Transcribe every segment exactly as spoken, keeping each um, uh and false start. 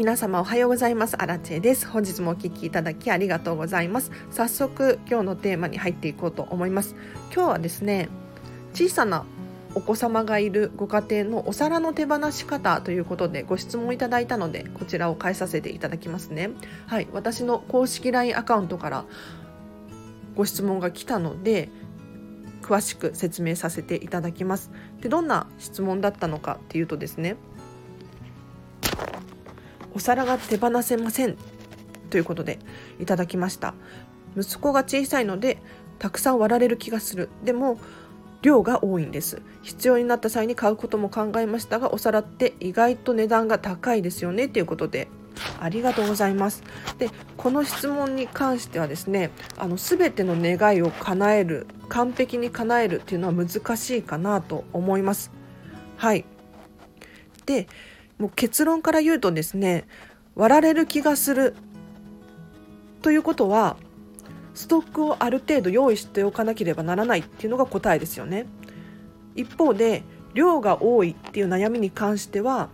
皆様おはようございます。アラチェです。本日もお聞きいただきありがとうございます。早速今日のテーマに入っていこうと思います。今日はですね、小さなお子様がいるご家庭のお皿の手放し方ということでご質問いただいたので、こちらを返させていただきますね。はい、私の公式 ライン アカウントからご質問が来たので詳しく説明させていただきます。で、どんな質問だったのかっていうとですね、お皿が手放せませんということでいただきました。息子が小さいのでたくさん割られる気がする。でも量が多いんです。必要になった際に買うことも考えましたが、お皿って意外と値段が高いですよねということで、ありがとうございます。で、この質問に関してはですね、あの全ての願いを叶える、完璧に叶えるっていうのは難しいかなと思います。はい。で、もう結論から言うとですね、割られる気がするということは、ストックをある程度用意しておかなければならないっていうのが答えですよね。一方で、量が多いっていう悩みに関しては、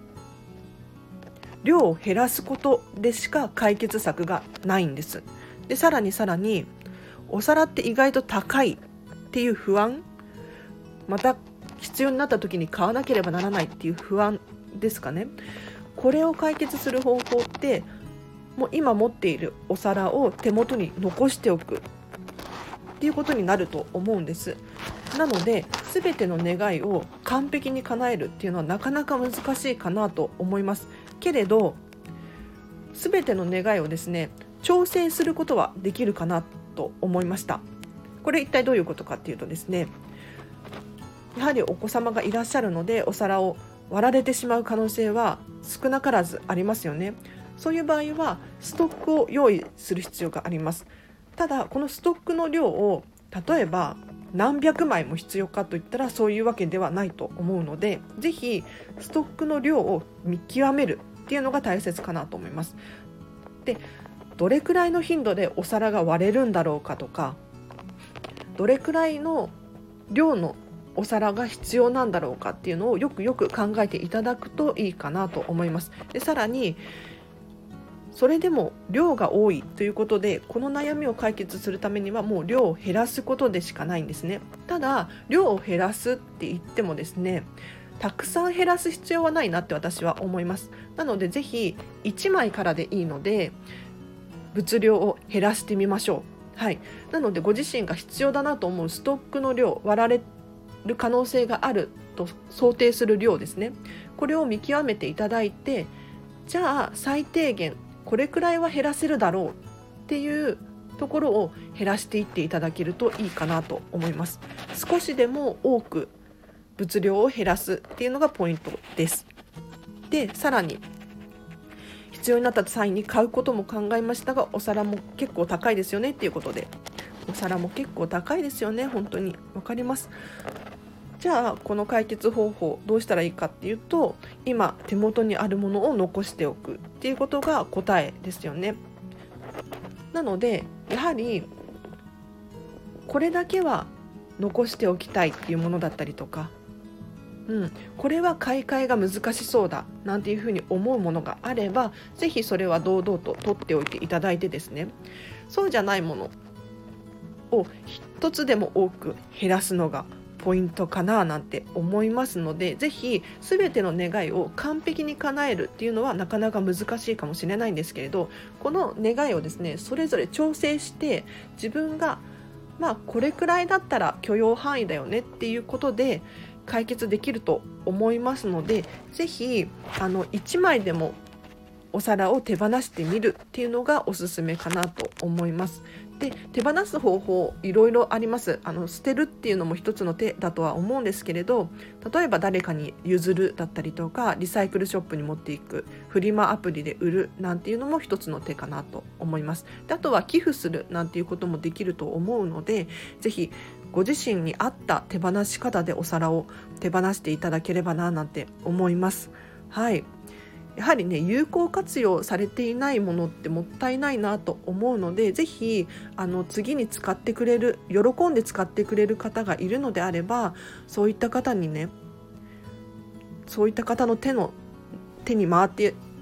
量を減らすことでしか解決策がないんです。で、さらにさらに、お皿って意外と高いっていう不安、また必要になった時に買わなければならないっていう不安ですかね。これを解決する方法って、もう今持っているお皿を手元に残しておくっていうことになると思うんです。なので、全ての願いを完璧に叶えるっていうのはなかなか難しいかなと思いますけれど、全ての願いをですね、調整することはできるかなと思いました。これ一体どういうことかっていうとですね、やはりお子様がいらっしゃるので、お皿を割られてしまう可能性は少なからずありますよね。そういう場合はストックを用意する必要があります。ただ、このストックの量を例えば何百枚も必要かといったらそういうわけではないと思うので、ぜひストックの量を見極めるっていうのが大切かなと思います。で、どれくらいの頻度でお皿が割れるんだろうかとか、どれくらいの量のお皿が必要なんだろうかっていうのをよくよく考えていただくといいかなと思います。で、さらにそれでも量が多いということで、この悩みを解決するためにはもう量を減らすことでしかないんですね。ただ、量を減らすって言ってもですね、たくさん減らす必要はないなって私は思います。なので、ぜひいちまいからでいいので物量を減らしてみましょう。はい。なので、ご自身が必要だなと思うストックの量、割られる可能性があると想定する量ですね、これを見極めていただいて、じゃあ最低限これくらいは減らせるだろうっていうところを減らしていっていただけるといいかなと思います。少しでも多く物量を減らすっていうのがポイントです。で、さらに必要になった際に買うことも考えましたが、お皿も結構高いですよねっていうことで、お皿も結構高いですよね。本当にわかります。じゃあこの解決方法どうしたらいいかっていうと、今手元にあるものを残しておくっていうことが答えですよね。なので、やはりこれだけは残しておきたいっていうものだったりとか、うん、これは買い替えが難しそうだなんていうふうに思うものがあれば、ぜひそれは堂々と取っておいていただいてですね、そうじゃないものを一つでも多く減らすのがポイントかななんて思いますので、ぜひ全ての願いを完璧に叶えるっていうのはなかなか難しいかもしれないんですけれど、この願いをですね、それぞれ調整して自分がまあこれくらいだったら許容範囲だよねっていうことで解決できると思いますので、ぜひあのいちまいでもお皿を手放してみるっていうのがおすすめかなと思います。で、手放す方法いろいろあります。あの捨てるっていうのも一つの手だとは思うんですけれど、例えば誰かに譲るだったりとか、リサイクルショップに持っていく、フリマアプリで売るなんていうのも一つの手かなと思います。で、あとは寄付するなんていうこともできると思うので、ぜひご自身に合った手放し方でお皿を手放していただければななんて思います。はい。やはりね、有効活用されていないものってもったいないなと思うので、ぜひあの次に使ってくれる、喜んで使ってくれる方がいるのであれば、そういった方にね、そういった方の手の手に回って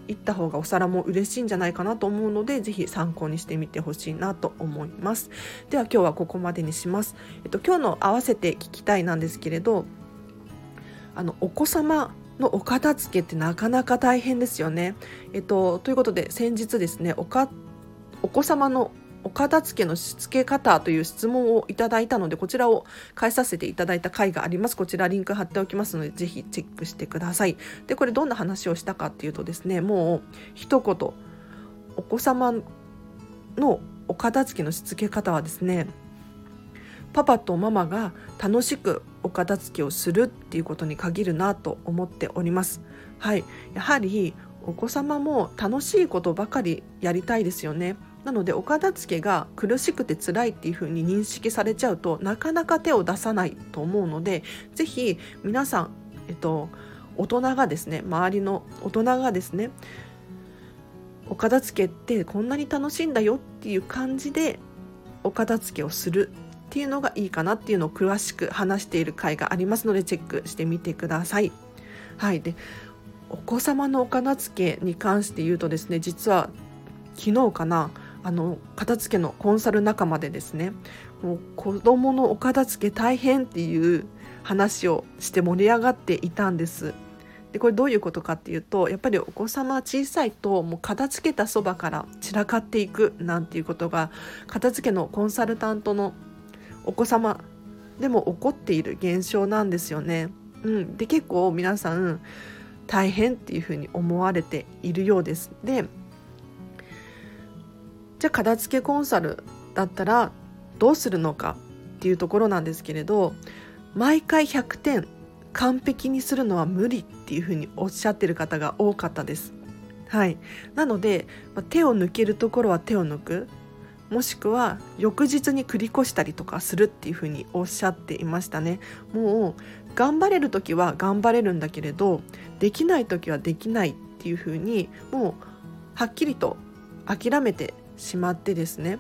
いった方がお皿も嬉しいんじゃないかなと思うので、ぜひ参考にしてみてほしいなと思います。では今日はここまでにします。えっと、今日の合わせて聞きたいなんですけれど、あのお子様のお片付けってなかなか大変ですよね。えっと、ということで先日ですね、おかお子様のお片付けのしつけ方という質問をいただいたので、こちらを返させていただいた回があります。こちらリンク貼っておきますので、ぜひチェックしてください。で、これどんな話をしたかっていうとですね、もう一言、お子様のお片付けのしつけ方はですね、パパとママが楽しくお片付けをするっていうことに限るなと思っております。はい、やはりお子様も楽しいことばかりやりたいですよね。なのでお片付けが苦しくて辛いっていう風に認識されちゃうと、なかなか手を出さないと思うので、ぜひ皆さん、えっと、大人がですね、周りの大人がですね、お片付けってこんなに楽しいんだよっていう感じでお片付けをするっていうのがいいかなっていうのを詳しく話している回がありますので、チェックしてみてください。はい。で、お子様のお片付けに関して言うとですね、実は昨日かな、あの片付けのコンサル仲間でですね、もう子供のお片付け大変っていう話をして盛り上がっていたんです。で、これどういうことかっていうと、やっぱりお子様小さいともう片付けたそばから散らかっていくなんていうことが、片付けのコンサルタントのお子様でも起こっている現象なんですよね。うん、で結構皆さん大変っていうふうに思われているようです。で、じゃあ片付けコンサルだったらどうするのかっていうところなんですけれど、毎回ひゃくてん完璧にするのは無理っていうふうにおっしゃってる方が多かったです。はい、なので、まあ、手を抜けるところは手を抜く、もしくは翌日に繰り越したりとかするっていうふうにおっしゃっていましたね。もう頑張れる時は頑張れるんだけれど、できない時はできないっていうふうに、もうはっきりと諦めてしまってですね、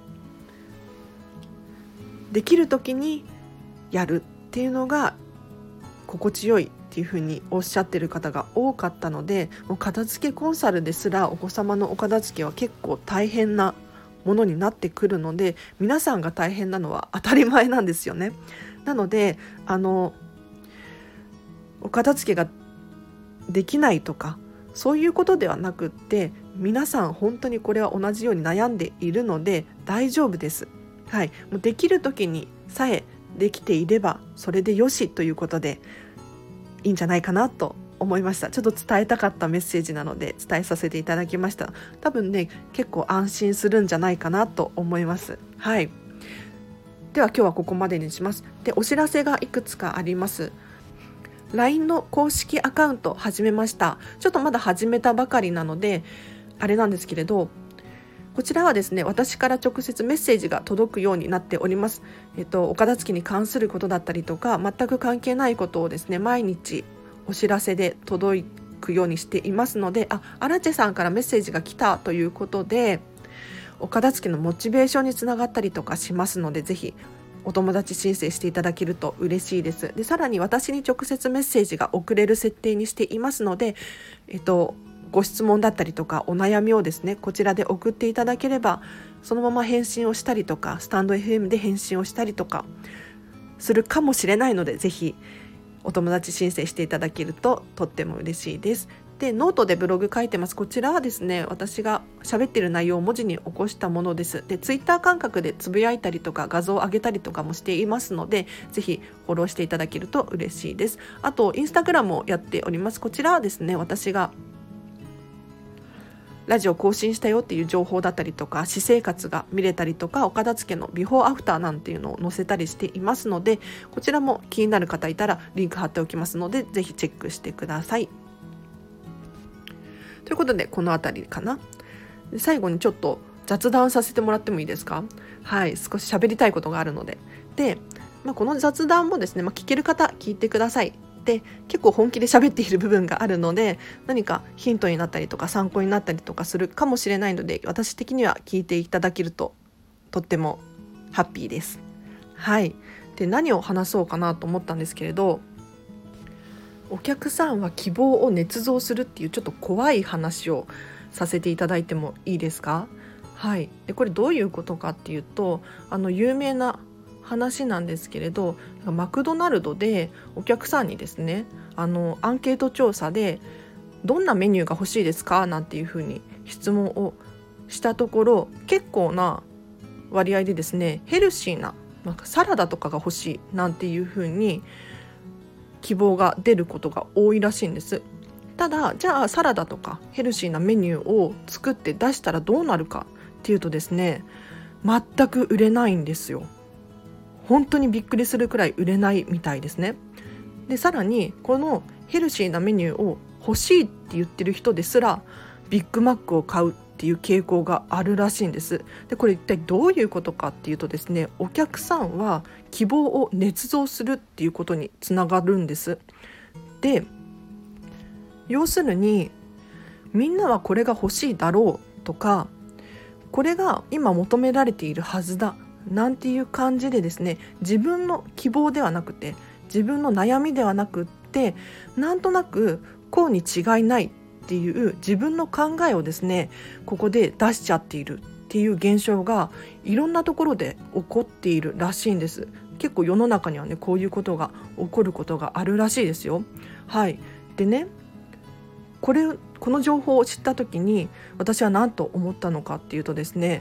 できる時にやるっていうのが心地よいっていうふうにおっしゃってる方が多かったので、もう片付けコンサルですらお子様のお片付けは結構大変なものになってくるので、皆さんが大変なのは当たり前なんですよね。なので、あのお片付けができないとかそういうことではなくって、皆さん本当にこれは同じように悩んでいるので大丈夫です。はい、もうできる時にさえできていればそれでよしということでいいんじゃないかなと思いました。ちょっと伝えたかったメッセージなので伝えさせていただきました。多分ね、結構安心するんじゃないかなと思います。はい。では今日はここまでにします。で、お知らせがいくつかあります。ライン の公式アカウント始めました。ちょっとまだ始めたばかりなのであれなんですけれど、こちらはですね、私から直接メッセージが届くようになっております。えっと、お片付けに関することだったりとか、全く関係ないことをですね、毎日お知らせで届くようにしていますので、あ、アラチェさんからメッセージが来たということで、お片付けのモチベーションにつながったりとかしますので、ぜひお友達申請していただけると嬉しいです。で、さらに私に直接メッセージが送れる設定にしていますので、えっと、ご質問だったりとかお悩みをですね、こちらで送っていただければ、そのまま返信をしたりとか、スタンド エフエム で返信をしたりとかするかもしれないので、ぜひお友達申請していただけるととっても嬉しいです。で、ノートでブログ書いてます。こちらはですね、私が喋っている内容を文字に起こしたものです。で、ツイッター感覚でつぶやいたりとか画像を上げたりとかもしていますので、ぜひフォローしていただけると嬉しいです。あとインスタグラムをやっております。こちらはですね、私がラジオ更新したよっていう情報だったりとか、私生活が見れたりとか、お片付けのビフォーアフターなんていうのを載せたりしていますので、こちらも気になる方いたらリンク貼っておきますので、ぜひチェックしてください。ということで、このあたりかな。で、最後にちょっと雑談させてもらってもいいですか？はい、少し喋りたいことがあるので。で、まあ、この雑談もですね、まあ、聞ける方聞いてください。で、結構本気で喋っている部分があるので、何かヒントになったりとか参考になったりとかするかもしれないので、私的には聞いていただけるととってもハッピーです。はい。で、何を話そうかなと思ったんですけれど、 お客さんは希望を捏造するっていうちょっと怖い話をさせていただいてもいいですか？はい、でこれどういうことかっていうと、あの有名な話なんですけれど、マクドナルドでお客さんにですね、あのアンケート調査でどんなメニューが欲しいですかなんていうふうに質問をしたところ、結構な割合でですね、ヘルシーな、なんかサラダとかが欲しいなんていうふうに希望が出ることが多いらしいんです。ただじゃあサラダとかヘルシーなメニューを作って出したらどうなるかっていうとですね、全く売れないんですよ。本当にびっくりするくらい売れないみたいですね。でさらにこのヘルシーなメニューを欲しいって言ってる人ですらビッグマックを買うっていう傾向があるらしいんです。でこれ一体どういうことかっていうとですね、お客さんは希望を捏造するっていうことにつながるんです。で要するに、みんなはこれが欲しいだろうとか、これが今求められているはずだなんていう感じでですね、自分の希望ではなくて、自分の悩みではなくって、なんとなくこうに違いないっていう自分の考えをですね、ここで出しちゃっているっていう現象がいろんなところで起こっているらしいんです。結構世の中にはね、こういうことが起こることがあるらしいですよ。はい。でね、これこの情報を知った時に私は何と思ったのかっていうとですね、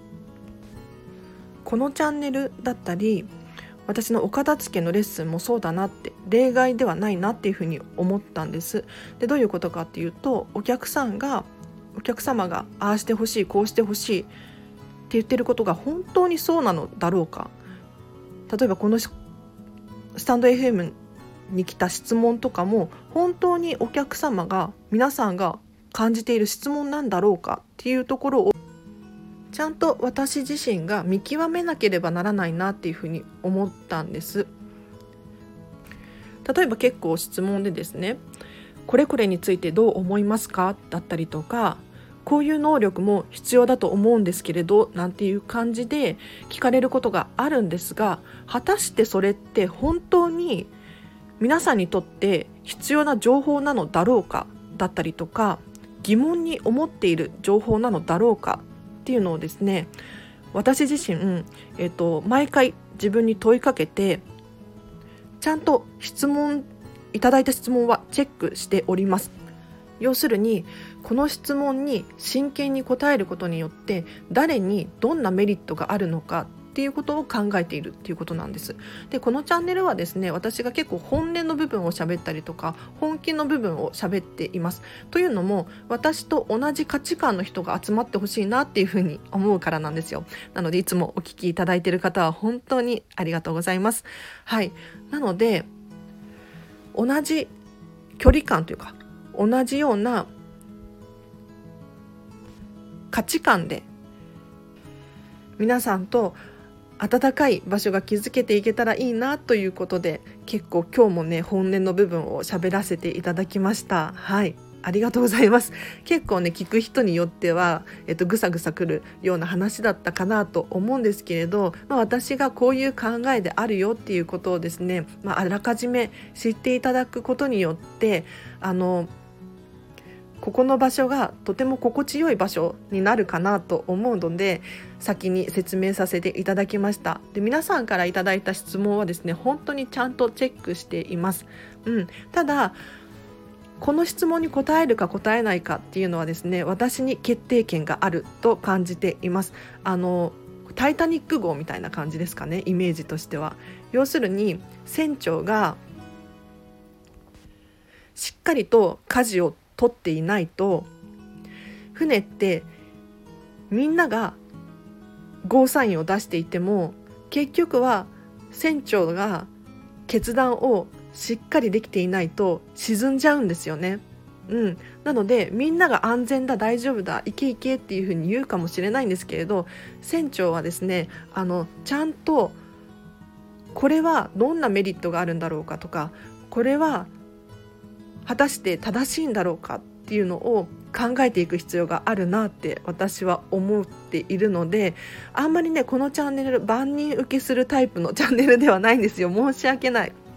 このチャンネルだったり私のお片付けのレッスンもそうだなって、例外ではないなっていうふうに思ったんです。でどういうことかっていうと、お客さんがお客様がああしてほしいこうしてほしいって言ってることが本当にそうなのだろうか。例えばこのスタンド エフエム に来た質問とかも本当にお客様が皆さんが感じている質問なんだろうかっていうところをちゃんと私自身が見極めなければならないなっていうふうに思ったんです。例えば結構質問でですね、これこれについてどう思いますかだったりとか、こういう能力も必要だと思うんですけれどなんていう感じで聞かれることがあるんですが、果たしてそれって本当に皆さんにとって必要な情報なのだろうかだったりとか、疑問に思っている情報なのだろうかっていうのをですね、私自身、えーと、毎回自分に問いかけて、ちゃんと質問いただいた質問はチェックしております。要するにこの質問に真剣に答えることによって誰にどんなメリットがあるのかっていうことを考えているっていうことなんです。でこのチャンネルはですね、私が結構本音の部分を喋ったりとか本気の部分を喋っています。というのも私と同じ価値観の人が集まってほしいなっていうふうに思うからなんですよ。なのでいつもお聞きいただいている方は本当にありがとうございます。はい。なので同じ距離感というか同じような価値観で皆さんと温かい場所が築けていけたらいいなということで、結構今日もね本音の部分を喋らせていただきました。はい、ありがとうございます。結構ね聞く人によっては、えっと、ぐさぐさくるような話だったかなと思うんですけれど、まあ、私がこういう考えであるよっていうことをですね、まあ、あらかじめ知っていただくことによってあのここの場所がとても心地よい場所になるかなと思うので先に説明させていただきました。で皆さんからいただいた質問はですね本当にちゃんとチェックしています、うん、ただこの質問に答えるか答えないかっていうのはですね私に決定権があると感じています。あのタイタニック号みたいな感じですかね、イメージとしては。要するに船長がしっかりと舵を取っていないと船ってみんながゴーサインを出していても結局は船長が決断をしっかりできていないと沈んじゃうんですよね、うん、なのでみんなが安全だ大丈夫だ行け行けっていうふうに言うかもしれないんですけれど、船長はですねあのちゃんとこれはどんなメリットがあるんだろうかとか、これは果たして正しいんだろうかっていうのを考えていく必要があるなって私は思っているので、あんまりねこのチャンネル万人受けするタイプのチャンネルではないんですよ。申し訳ない。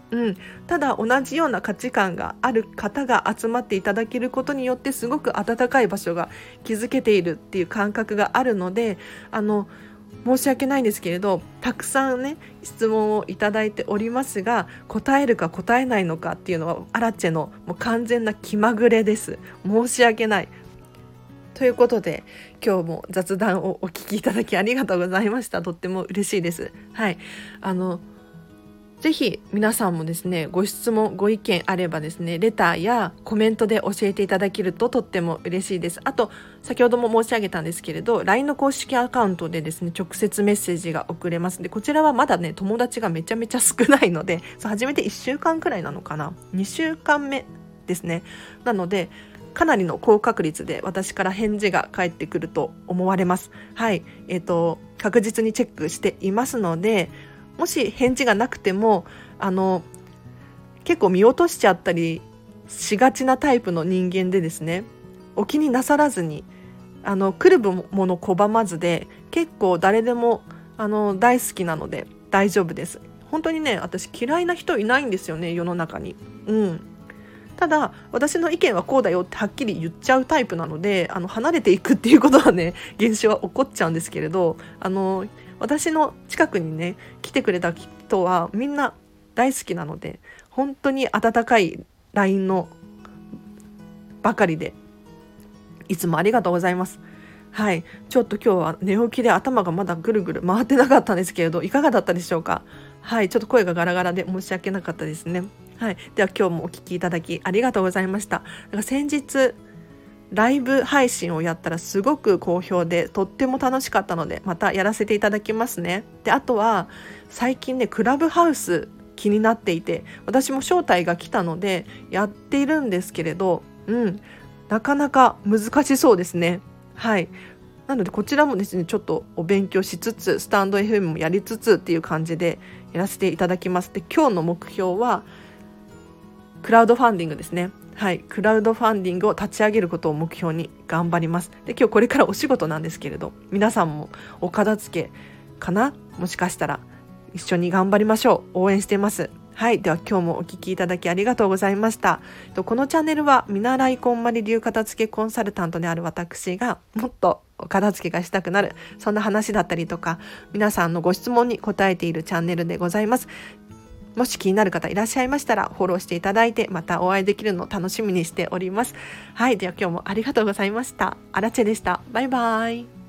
うん、ただ同じような価値観がある方が集まっていただけることによってすごく温かい場所が築けているっていう感覚があるので、あの申し訳ないんですけれど、たくさんね質問をいただいておりますが、答えるか答えないのかっていうのはアラチェのもう完全な気まぐれです。申し訳ない。ということで今日も雑談をお聞きいただきありがとうございました。とっても嬉しいです。はい、あのぜひ皆さんもですね、ご質問ご意見あればですね、レターやコメントで教えていただけるととっても嬉しいです。あと先ほども申し上げたんですけれど、 ライン の公式アカウントでですね直接メッセージが送れますので、こちらはまだね友達がめちゃめちゃ少ないので、そう始めていっしゅうかんくらいなのかな、にしゅうかんめですね。なのでかなりの高確率で私から返事が返ってくると思われます。はい、えーと、確実にチェックしていますので、もし返事がなくてもあの結構見落としちゃったりしがちなタイプの人間でですね、お気になさらずに、あの来るもの拒まずで、結構誰でもあの大好きなので大丈夫です。本当にね、私嫌いな人いないんですよね、世の中に。うんただ私の意見はこうだよってはっきり言っちゃうタイプなので、あの離れていくっていうことはね現象は起こっちゃうんですけれど、あの私の近くにね来てくれた人はみんな大好きなので、本当に温かい ライン のばかりで、いつもありがとうございます。はい、ちょっと今日は寝起きで頭がまだぐるぐる回ってなかったんですけれど、いかがだったでしょうか。はい、ちょっと声がガラガラで申し訳なかったですね。はい、では今日もお聞きいただきありがとうございました。なんか先日ライブ配信をやったらすごく好評でとっても楽しかったので、またやらせていただきますね。であとは最近ねクラブハウス気になっていて、私も招待が来たのでやっているんですけれど、うんなかなか難しそうですね。はいなのでこちらもですねちょっとお勉強しつつ、スタンド エフエム もやりつつっていう感じでやらせていただきます。で今日の目標はクラウドファンディングですね。はい、クラウドファンディングを立ち上げることを目標に頑張ります。で今日これからお仕事なんですけれど、皆さんもお片付けかな、もしかしたら一緒に頑張りましょう。応援しています。はい、では今日もお聞きいただきありがとうございました。このチャンネルは見習いこんまり流片付けコンサルタントである私がもっとお片付けがしたくなる、そんな話だったりとか、皆さんのご質問に答えているチャンネルでございます。もし気になる方いらっしゃいましたらフォローしていただいて、またお会いできるのを楽しみにしております。はい、では今日もありがとうございました。アラチェでした。バイバイ。